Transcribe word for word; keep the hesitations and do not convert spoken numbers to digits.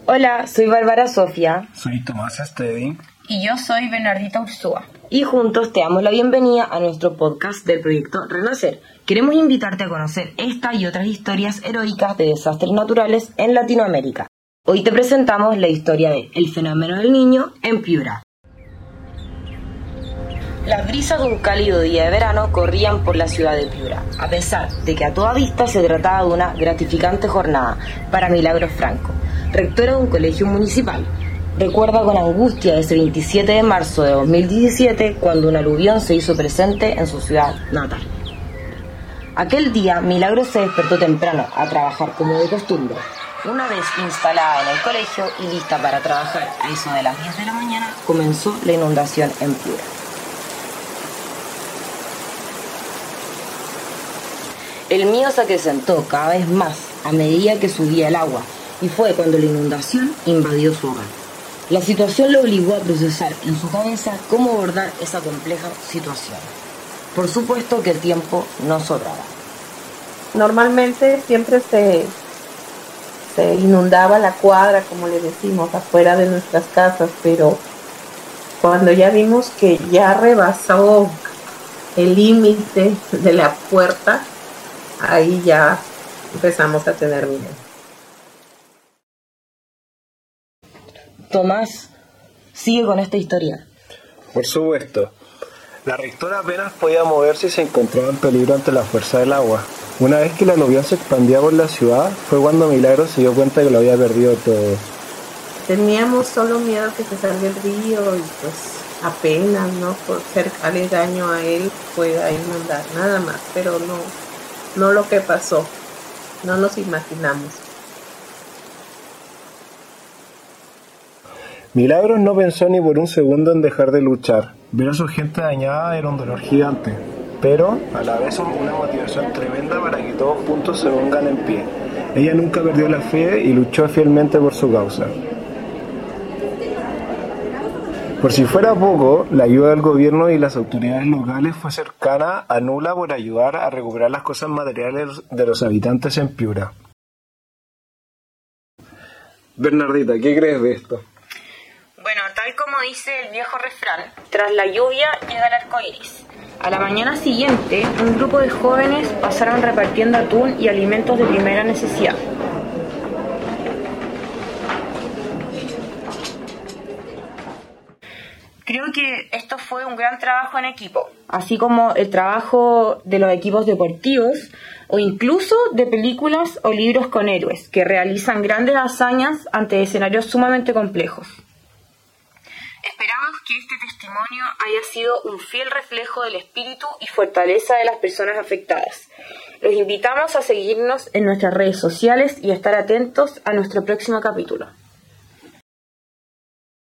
Hola, soy Bárbara Sofía. Soy Tomás Estevi. Y yo soy Bernardita Ursúa. Y juntos te damos la bienvenida a nuestro podcast del proyecto Renacer. Queremos invitarte a conocer esta y otras historias heroicas de desastres naturales en Latinoamérica. Hoy te presentamos la historia de El fenómeno del Niño en Piura. Las brisas de un cálido día de verano corrían por la ciudad de Piura, a pesar de que a toda vista se trataba de una gratificante jornada para Milagros Franco, rectora de un colegio municipal. Recuerda con angustia ese veintisiete de marzo de dos mil diecisiete, cuando un aluvión se hizo presente en su ciudad natal. Aquel día, Milagros se despertó temprano a trabajar como de costumbre. Una vez instalada en el colegio y lista para trabajar a eso de las diez de la mañana, comenzó la inundación en Piura. El miedo se acrecentó cada vez más a medida que subía el agua, y fue cuando la inundación invadió su hogar. La situación lo obligó a procesar en su cabeza cómo abordar esa compleja situación. Por supuesto que el tiempo no sobraba. Normalmente siempre se, se inundaba la cuadra, como le decimos, afuera de nuestras casas, pero cuando ya vimos que ya rebasó el límite de la puerta, ahí ya empezamos a tener miedo. Tomás, sigue con esta historia. Por supuesto. La rectora apenas podía moverse y se encontraba en peligro ante la fuerza del agua. Una vez que el aluvión se expandía por la ciudad, fue cuando Milagros se dio cuenta que lo había perdido todo. Teníamos solo miedo que se salga el río y pues apenas, ¿no? Por cercarle daño a él pueda inundar, nada más, pero no, no lo que pasó, no nos imaginamos. Milagros no pensó ni por un segundo en dejar de luchar. Ver a su gente dañada era un dolor gigante, pero a la vez una motivación tremenda para que todos juntos se pongan en pie. Ella nunca perdió la fe y luchó fielmente por su causa. Por si fuera poco, la ayuda del gobierno y las autoridades locales fue cercana a nula por ayudar a recuperar las cosas materiales de los habitantes en Piura. Bernardita, ¿qué crees de esto? Bueno, tal como dice el viejo refrán, tras la lluvia llega el arco iris. A la mañana siguiente, un grupo de jóvenes pasaron repartiendo atún y alimentos de primera necesidad. Creo que esto fue un gran trabajo en equipo. Así como el trabajo de los equipos deportivos o incluso de películas o libros con héroes que realizan grandes hazañas ante escenarios sumamente complejos. Esperamos que este testimonio haya sido un fiel reflejo del espíritu y fortaleza de las personas afectadas. Los invitamos a seguirnos en nuestras redes sociales y a estar atentos a nuestro próximo capítulo.